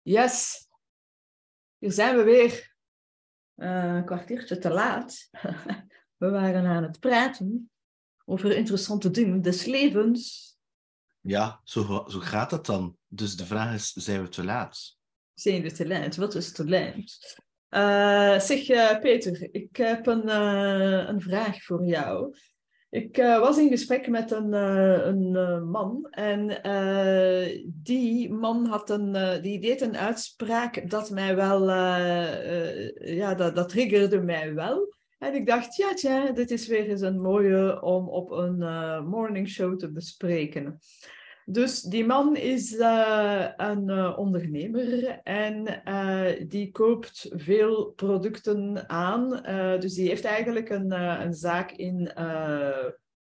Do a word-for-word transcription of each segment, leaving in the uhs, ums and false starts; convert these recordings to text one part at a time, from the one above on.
Yes, hier zijn we weer. Uh, een kwartiertje te laat. We waren aan het praten over interessante dingen des levens. Ja, zo, zo gaat het dan. Dus de vraag is, zijn we te laat? Zijn we te laat? Wat is te laat? Uh, zeg, uh, Peter, ik heb een, uh, een vraag voor jou. Ik uh, was in gesprek met een, uh, een uh, man en uh, die man had een, uh, die deed een uitspraak dat mij wel, uh, uh, ja, dat, dat triggerde mij wel. En ik dacht, ja, tja, dit is weer eens een mooie om op een uh, morning show te bespreken. Dus die man is uh, een uh, ondernemer en uh, die koopt veel producten aan. Uh, dus die heeft eigenlijk een, uh, een zaak in uh,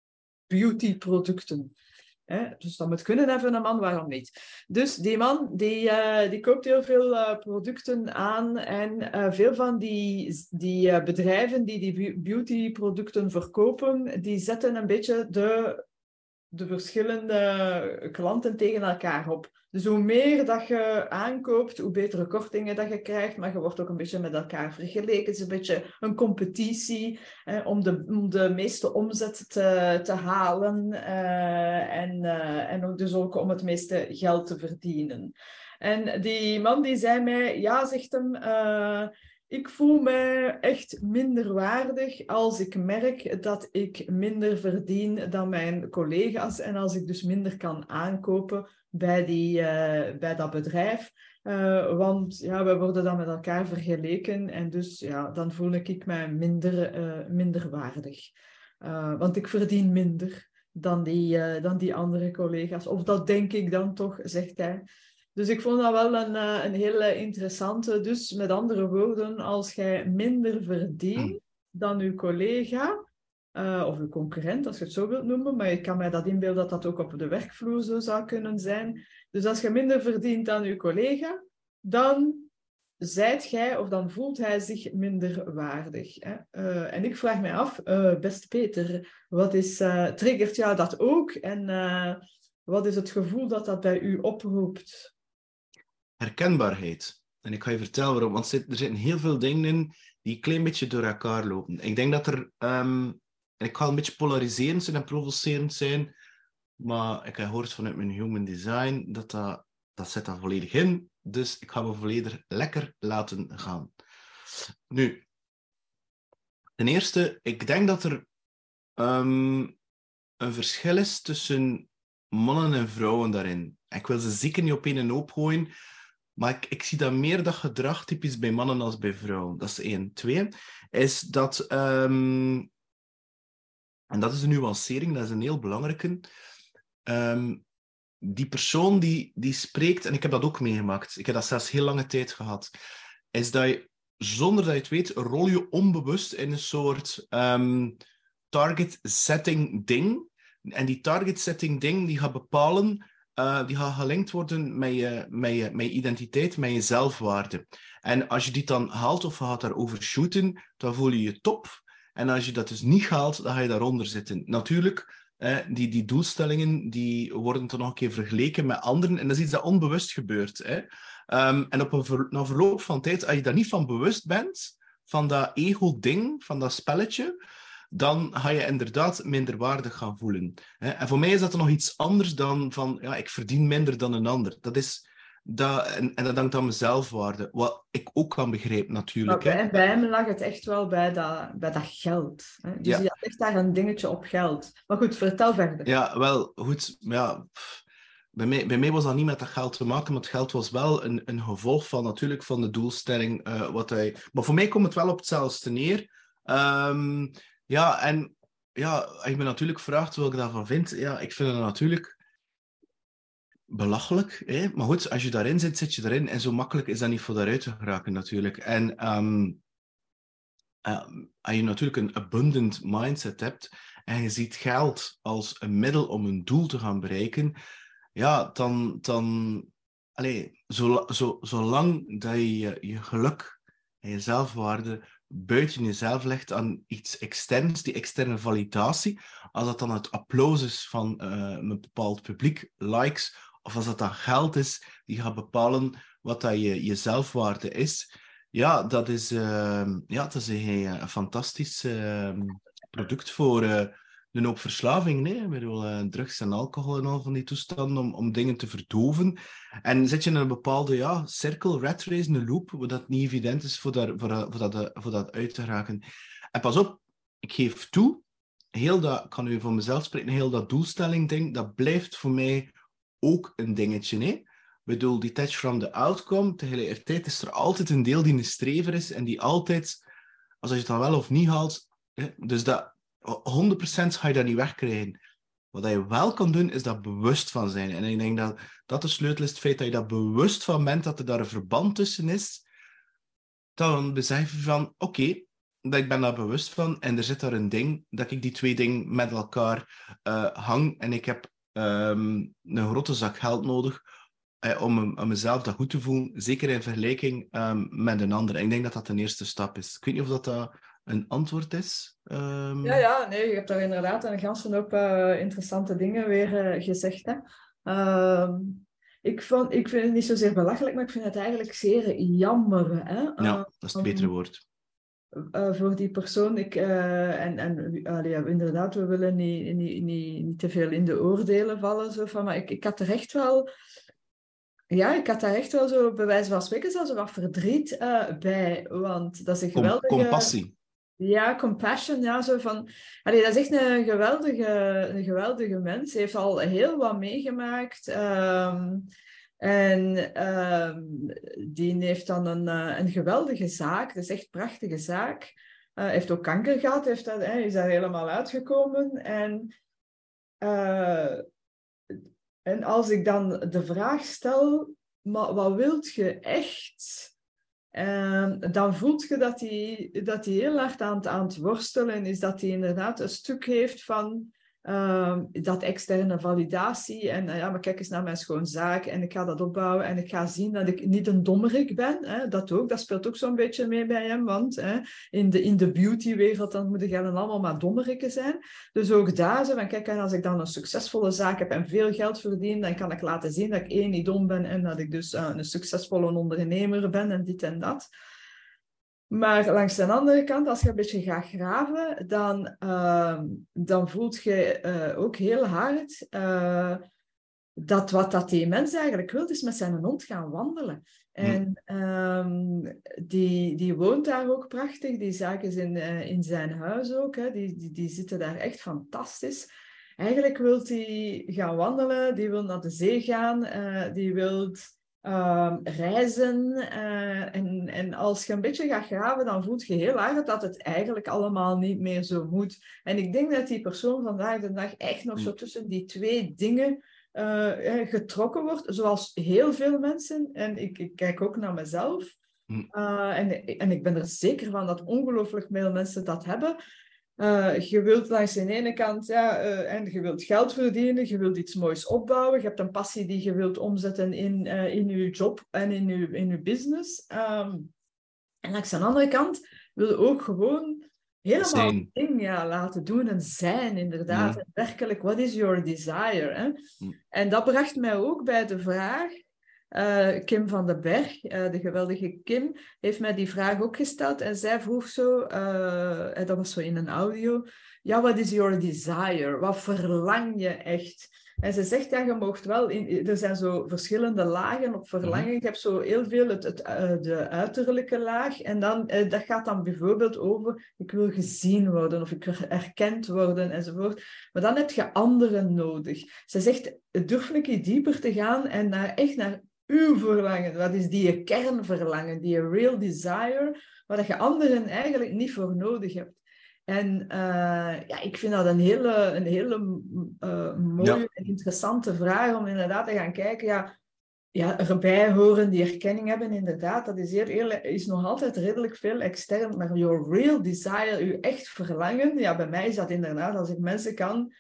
beautyproducten. Hè? Dus dat moet kunnen even een man, waarom niet? Dus die man die, uh, die koopt heel veel uh, producten aan en uh, veel van die, die uh, bedrijven die die beautyproducten verkopen, die zetten een beetje de... de verschillende klanten tegen elkaar op. Dus hoe meer dat je aankoopt, hoe betere kortingen dat je krijgt, maar je wordt ook een beetje met elkaar vergeleken. Het is een beetje een competitie eh, om, de, om de meeste omzet te, te halen eh, en, uh, en ook dus ook om het meeste geld te verdienen. En die man die zei mij, ja, zegt hem... Uh, Ik voel me echt minder waardig als ik merk dat ik minder verdien dan mijn collega's en als ik dus minder kan aankopen bij, die, uh, bij dat bedrijf. Uh, want ja, we worden dan met elkaar vergeleken en dus ja, dan voel ik me minder, uh, minder waardig. Uh, want ik verdien minder dan die, uh, dan die andere collega's. Of dat denk ik dan toch, zegt hij. Dus ik vond dat wel een, een hele interessante. Dus met andere woorden, als jij minder verdient dan uw collega, uh, of uw concurrent, als je het zo wilt noemen, maar ik kan mij dat inbeelden dat dat ook op de werkvloer zo zou kunnen zijn. Dus als je minder verdient dan uw collega, dan zijt jij of dan voelt hij zich minder waardig. Hè? Uh, en ik vraag mij af, uh, beste Peter, wat is, uh, triggert jou dat ook? En uh, wat is het gevoel dat dat bij u oproept? Herkenbaarheid. En ik ga je vertellen waarom. Want er zitten heel veel dingen in die een klein beetje door elkaar lopen. Ik denk dat er... Um, en ik ga een beetje polariserend zijn en provocerend zijn. Maar ik heb gehoord vanuit mijn human design dat dat, dat zit daar volledig in. Dus ik ga me volledig lekker laten gaan. Nu, ten eerste, ik denk dat er um, een verschil is tussen mannen en vrouwen daarin. Ik wil ze zeker niet op één hoop gooien, maar ik, ik zie dat meer dat gedrag typisch bij mannen als bij vrouwen. Dat is één. Twee, is dat... Um, en dat is een nuancering, dat is een heel belangrijke... Um, die persoon die, die spreekt, en ik heb dat ook meegemaakt, ik heb dat zelfs heel lange tijd gehad, is dat je, zonder dat je het weet, rol je onbewust in een soort um, target-setting ding. En die target-setting ding, die gaat bepalen, uh, die gaat gelinkt worden met je, met, je, met je identiteit, met je zelfwaarde. En als je die dan haalt of je gaat daarover shooten, dan voel je je top. En als je dat dus niet haalt, dan ga je daaronder zitten. Natuurlijk... Eh, die, die doelstellingen die worden dan nog een keer vergeleken met anderen. En dat is iets dat onbewust gebeurt. Hè. Um, en op een ver, na verloop van tijd, als je daar niet van bewust bent, van dat ego-ding, van dat spelletje, dan ga je inderdaad minderwaardig gaan voelen. Hè. En voor mij is dat dan nog iets anders dan van, ja, ik verdien minder dan een ander. Dat is... Dat, en, en dat hangt aan mijn zelfwaarde. Wat ik ook kan begrijpen, natuurlijk. Maar hè. bij, bij hem lag het echt wel bij dat, bij dat geld. Hè? Dus Ja. hij had echt daar een dingetje op geld. Maar goed, vertel verder. Ja, wel, goed. Ja, pff, bij, mij, bij mij was dat niet met dat geld te maken, maar het geld was wel een, een gevolg van, natuurlijk, van de doelstelling. Uh, wat hij... Maar voor mij komt het wel op hetzelfde neer. Um, ja, en ja, als je me natuurlijk vraagt wat ik daarvan vind, ja, ik vind het natuurlijk... belachelijk, hè? Maar goed, als je daarin zit, zit je erin. En zo makkelijk is dat niet voor daaruit te geraken, natuurlijk. En um, uh, als je natuurlijk een abundant mindset hebt en je ziet geld als een middel om een doel te gaan bereiken, ja, dan... dan allez, zo, zo, zolang dat je je, je geluk en je zelfwaarde buiten jezelf legt aan iets externs, die externe validatie, als dat dan het applaus is van uh, een bepaald publiek, likes, of als dat dan geld is, die gaat bepalen wat dat je, je zelfwaarde is. Ja, dat is, uh, ja, dat is een, een fantastisch uh, product voor uh, een hoop verslaving. Nee? Ik bedoel, uh, drugs en alcohol en al van die toestanden om, om dingen te verdoven. En zit je in een bepaalde ja, cirkel, rat race, een loop, waar dat niet evident is voor, daar, voor, voor, dat, voor dat uit te raken. En pas op, ik geef toe, heel dat, ik kan nu voor mezelf spreken, heel dat doelstelling-ding, dat blijft voor mij ook een dingetje. Nee? Ik bedoel, detach from the outcome, tegelijkertijd is er altijd een deel die een strever is en die altijd, als je het dan wel of niet haalt, dus dat, honderd procent ga je dat niet wegkrijgen. Wat je wel kan doen, is dat bewust van zijn. En ik denk dat dat de sleutel is, het feit dat je dat bewust van bent, dat er daar een verband tussen is, dan besef je van, oké, okay, dat ik ben daar bewust van en er zit daar een ding, dat ik die twee dingen met elkaar uh, hang en ik heb um, een grote zak geld nodig uh, om, om mezelf dat goed te voelen, zeker in vergelijking um, met een ander. En ik denk dat dat de eerste stap is. Ik weet niet of dat, dat een antwoord is. Um... Ja, ja, nee, je hebt daar inderdaad een gans hoop uh, interessante dingen weer uh, gezegd. Hè. Uh, ik, vond, ik vind het niet zozeer belachelijk, maar ik vind het eigenlijk zeer jammer. Hè? Uh, ja, dat is het betere woord. Uh, voor die persoon, ik, uh, en, en uh, ja, inderdaad, we willen niet, niet, niet, niet te veel in de oordelen vallen, zo van, maar ik, ik had er echt wel, ja, ik had daar echt wel zo, bij wijze van spreken, zelfs wat verdriet uh, bij, want dat is een geweldige... Com- compassie. Ja, compassion, ja, zo van... Allee, dat is echt een geweldige, een geweldige mens. Hij heeft al heel wat meegemaakt. Um, en um, die heeft dan een, uh, een geweldige zaak. Dat is echt een prachtige zaak. Hij uh, heeft ook kanker gehad. Heeft dat, hij is daar helemaal uitgekomen. En, uh, en als ik dan de vraag stel... Maar wat wilt je echt... Um, dan voelt je dat hij, dat hij heel hard aan het, aan het worstelen is, dat hij inderdaad een stuk heeft van um, dat externe validatie en uh, ja, maar kijk eens naar mijn schoonzaak en ik ga dat opbouwen en ik ga zien dat ik niet een dommerik ben. Hè, dat ook, dat speelt ook zo'n beetje mee bij hem, want hè, in de, in de beautywereld dan moeten gaan allemaal maar dommerikken zijn. Dus ook daar, zo van kijk, als ik dan een succesvolle zaak heb en veel geld verdien, dan kan ik laten zien dat ik één, niet dom ben en dat ik dus uh, een succesvolle ondernemer ben en dit en dat. Maar langs de andere kant, als je een beetje gaat graven, dan, uh, dan voelt je uh, ook heel hard uh, dat wat dat die mens eigenlijk wil, is met zijn hond gaan wandelen. En um, die, die woont daar ook prachtig. Die zaak is in, uh, in zijn huis ook. Hè. Die, die, die zitten daar echt fantastisch. Eigenlijk wil hij gaan wandelen. Die wil naar de zee gaan. Uh, die wil... Uh, reizen uh, en, en als je een beetje gaat graven, dan voelt je heel erg dat het eigenlijk allemaal niet meer zo moet. En ik denk dat die persoon vandaag de dag echt nog zo tussen die twee dingen uh, getrokken wordt, zoals heel veel mensen. En ik, ik kijk ook naar mezelf. Uh, en, en ik ben er zeker van dat ongelooflijk veel mensen dat hebben. Uh, je wilt langs de ene kant, ja, uh, en je wilt geld verdienen, je wilt iets moois opbouwen, je hebt een passie die je wilt omzetten in, uh, in je job en in je, in je business. Um, en langs de andere kant wil je ook gewoon helemaal het ding ja, laten doen en zijn, inderdaad. Mm. En werkelijk, what is your desire? Hè? Mm. En dat bracht mij ook bij de vraag... Uh, Kim van den Berg, uh, de geweldige Kim, heeft mij die vraag ook gesteld. En zij vroeg zo, uh, en dat was zo in een audio, ja, what is your desire? Wat verlang je echt? En ze zegt, ja, je moogt wel... In, er zijn zo verschillende lagen op verlangen. Mm-hmm. Je hebt zo heel veel het, het, uh, de uiterlijke laag. En dan, uh, dat gaat dan bijvoorbeeld over, ik wil gezien worden of ik wil erkend worden enzovoort. Maar dan heb je anderen nodig. Ze zegt, durf een keer dieper te gaan en naar, echt naar uw verlangen. Wat is die kernverlangen, die real desire, waar je anderen eigenlijk niet voor nodig hebt. En uh, ja, ik vind dat een hele, een hele uh, mooie ja. en interessante vraag om inderdaad te gaan kijken. Ja, ja, erbij horen, die erkenning hebben, inderdaad, dat is, heel, heel, is nog altijd redelijk veel extern. Maar your real desire, uw echt verlangen, ja, bij mij is dat inderdaad, als ik mensen kan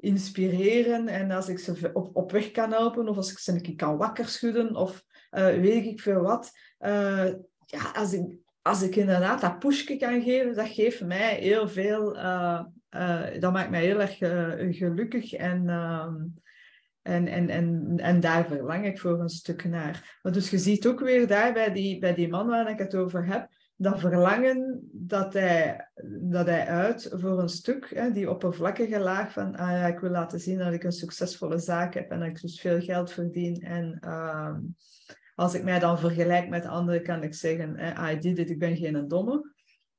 inspireren en als ik ze op, op weg kan helpen of als ik ze een keer kan wakker schudden of uh, weet ik veel wat. Uh, ja, als ik, als ik inderdaad dat pushje kan geven, dat geeft mij heel veel, uh, uh, dat maakt mij heel erg uh, gelukkig en, uh, En, en, en, en daar verlang ik voor een stuk naar. Maar dus je ziet ook weer daar bij die, bij die man waar ik het over heb, dat verlangen dat hij, dat hij uit voor een stuk, hè, die oppervlakkige laag van, ah ja, ik wil laten zien dat ik een succesvolle zaak heb en dat ik dus veel geld verdien. En uh, als ik mij dan vergelijk met anderen, kan ik zeggen, eh, I did it, ik ben geen domme.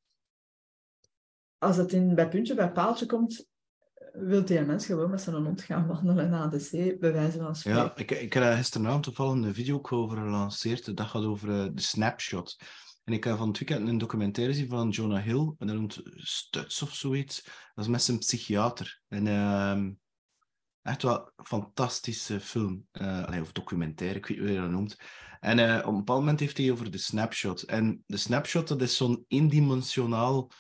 Als het in, bij puntje bij paaltje komt, wil die mens gewoon met zijn hond gaan wandelen naar de zee, bij wijze van spreken. Ja, ik, ik heb gisteravond toevallig een video ook over gelanceerd. Dat gaat over uh, de snapshot. En ik heb van het weekend een documentaire gezien van Jonah Hill. En dat noemt Stuts of zoiets. Dat is met zijn psychiater. En uh, echt wel een fantastische film. Uh, allee, of documentaire, ik weet niet hoe je dat noemt. En uh, op een bepaald moment heeft hij over de snapshot. En de snapshot, dat is zo'n eendimensionaal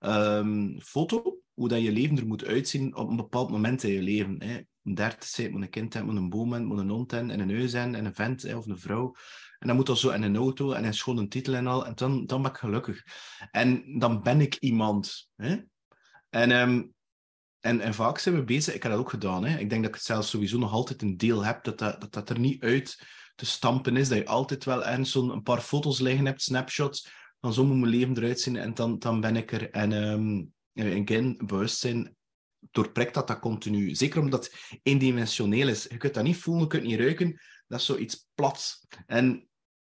um, foto. Hoe dat je leven er moet uitzien op een bepaald moment in je leven. Hè. Een dertig zijn, moet een kind hebben, moet een boom hebben, moet een hond hebben, en een huis hebben, en een vent hè, of een vrouw. En dan moet dat zo in een auto, en een schone titel en al. En dan, dan ben ik gelukkig. En dan ben ik iemand. Hè. En, um, en, en vaak zijn we bezig, ik heb dat ook gedaan. Hè. Ik denk dat ik het zelfs sowieso nog altijd een deel heb, dat dat, dat, dat er niet uit te stampen is. Dat je altijd wel ergens zo'n een paar foto's liggen hebt, snapshots. Dan zo moet mijn leven eruit zien, en dan, dan ben ik er. En... Um, again, bewustzijn doorprikt dat dat continu. Zeker omdat het eendimensioneel is. Je kunt dat niet voelen, je kunt het niet ruiken. Dat is zoiets plats. En,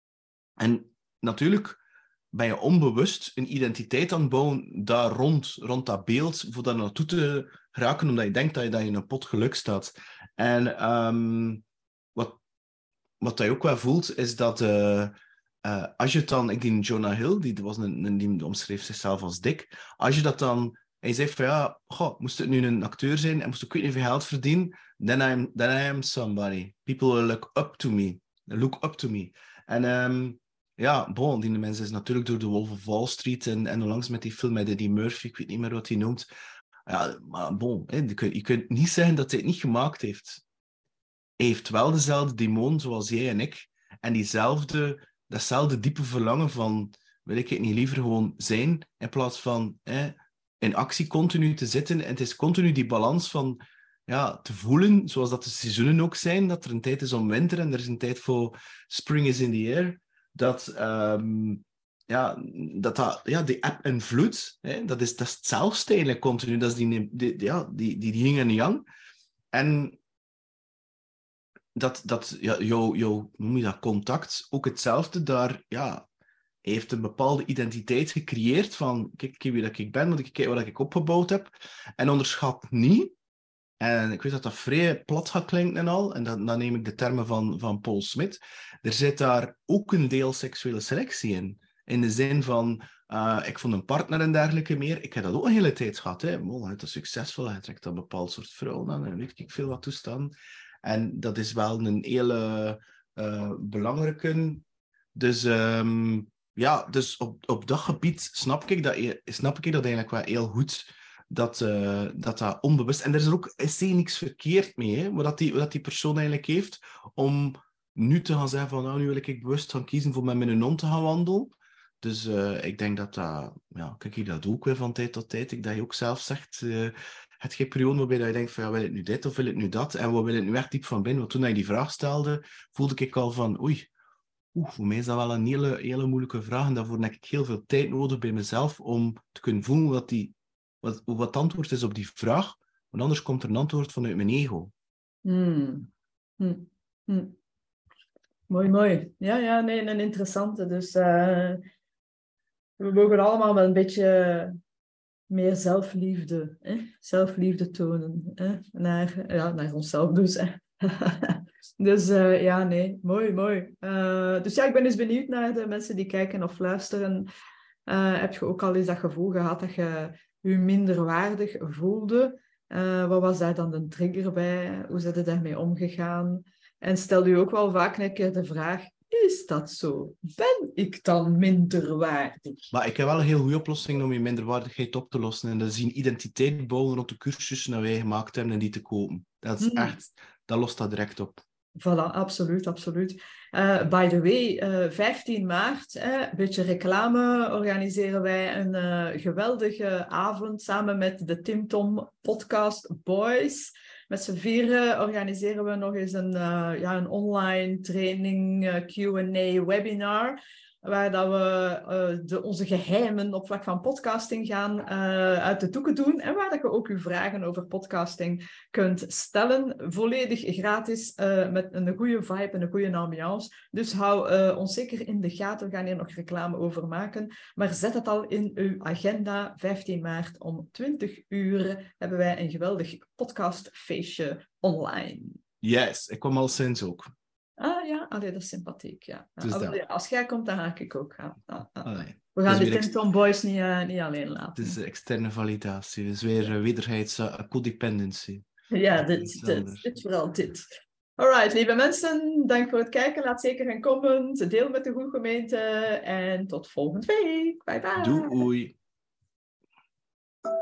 en natuurlijk ben je onbewust een identiteit aan het bouwen daar rond, rond dat beeld, voor daar naartoe te geraken, omdat je denkt dat je, dat je in een pot geluk staat. En um, wat, wat je ook wel voelt, is dat... Uh, Uh, als je het dan, ik die Jonah Hill, die, was een, een, die omschreef zichzelf als dik. Als je dat dan, hij zegt van ja, goh, moest het nu een acteur zijn en moest ik weet niet veel geld verdienen, then I'm, then I am somebody. People will look up to me. Look up to me. En um, ja, bon, die mensen is natuurlijk door de Wolf of Wall Street en, en onlangs met die film met Eddie Murphy, ik weet niet meer wat hij noemt. Ja, maar bon, hè, je, kunt, je kunt niet zeggen dat hij het niet gemaakt heeft. Hij heeft wel dezelfde demon zoals jij en ik. En diezelfde... datzelfde diepe verlangen van, wil ik het niet liever gewoon zijn, in plaats van eh, in actie continu te zitten. En het is continu die balans van ja, te voelen, zoals dat de seizoenen ook zijn, dat er een tijd is om winter en er is een tijd voor spring is in the air. Dat um, ja, dat, dat ja, die eb en vloed, hè, dat, is, dat is hetzelfde eigenlijk continu. Dat is die, die, ja, die, die, die yin en yang. En dat, dat ja, jouw, jouw, noem je dat, contact, ook hetzelfde, daar ja, heeft een bepaalde identiteit gecreëerd van, kijk, kijk wie dat ik ben, wat ik, kijk wat ik opgebouwd heb. En onderschat niet, en ik weet dat dat vrij plat gaat klinken en al, en dan, dan neem ik de termen van, van Paul Smit, er zit daar ook een deel seksuele selectie in. In de zin van, uh, ik vond een partner en dergelijke meer. Ik heb dat ook een hele tijd gehad. Hè. Oh, het is succesvol, hij trekt een bepaald soort vrouw aan en weet ik veel wat toestaan. En dat is wel een hele uh, belangrijke. Dus um, ja, dus op, op dat gebied snap ik dat, snap ik dat eigenlijk wel heel goed. Dat, uh, dat dat onbewust... En er is er ook is er niks verkeerd mee, hè, wat, die, wat die persoon eigenlijk heeft, om nu te gaan zeggen van, nou, nu wil ik bewust gaan kiezen voor met mijn hond te gaan wandelen. Dus uh, ik denk dat dat... Ja, kijk, ik dat doe ook weer van tijd tot tijd. Ik dat je ook zelf zegt... Uh, het geen periode waarbij je denkt van, ja, wil ik nu dit of wil ik nu dat? En wat wil ik nu echt diep van binnen? Want toen ik die vraag stelde, voelde ik al van, oei, oeh, voor mij is dat wel een hele, hele moeilijke vraag. En daarvoor heb ik heel veel tijd nodig bij mezelf om te kunnen voelen wat, die, wat, wat het antwoord is op die vraag. Want anders komt er een antwoord vanuit mijn ego. Hmm. Hmm. Hmm. Mooi, mooi. Ja, ja, nee, een interessante. Dus uh, we mogen allemaal wel een beetje meer zelfliefde, hè? zelfliefde tonen, hè? Naar, ja, naar onszelf dus. Hè? Dus uh, ja, nee, mooi, mooi. Uh, dus ja, ik ben dus benieuwd naar de mensen die kijken of luisteren. Uh, heb je ook al eens dat gevoel gehad dat je je minder waardig voelde? Uh, wat was daar dan de trigger bij? Hoe zijn je daarmee omgegaan? En stel je ook wel vaak een keer de vraag, is dat zo? Ben ik dan minderwaardig? Maar ik heb wel een heel goede oplossing om je minderwaardigheid op te lossen. En dat is een identiteit bouwen rond de cursussen die wij gemaakt hebben en die te kopen. Dat is hmm. echt, dat lost dat direct op. Voilà, absoluut, absoluut. Uh, by the way, uh, vijftien maart, eh, een beetje reclame, organiseren wij een uh, geweldige avond samen met de Tim Tom Podcast Boys. Met z'n vieren organiseren we nog eens een, uh, ja, een online training uh, Q en A webinar. Waar dat we uh, de, onze geheimen op vlak van podcasting gaan uh, uit de doeken doen. En waar dat je ook uw vragen over podcasting kunt stellen. Volledig gratis, uh, met een goede vibe en een goede ambiance. Dus hou uh, ons zeker in de gaten. We gaan hier nog reclame over maken. Maar zet het al in uw agenda. vijftien maart om twintig uur hebben wij een geweldig podcastfeestje online. Yes, ik kwam al sinds ook. Ah ja, allee, dat is sympathiek, ja. Dus ah, dat. Als jij komt, dan ga ik ook gaan. Ah, ah. Allee. We gaan Dus de ex- Tim Tom Boys niet, uh, niet alleen laten. Het is externe validatie. Dus weer uh, wederheids uh, codependency. Ja, dit, dit, dit, vooral dit. Alright, lieve mensen, dank voor het kijken. Laat zeker een comment, deel met de goede gemeente en tot volgende week. Bye bye. Doei.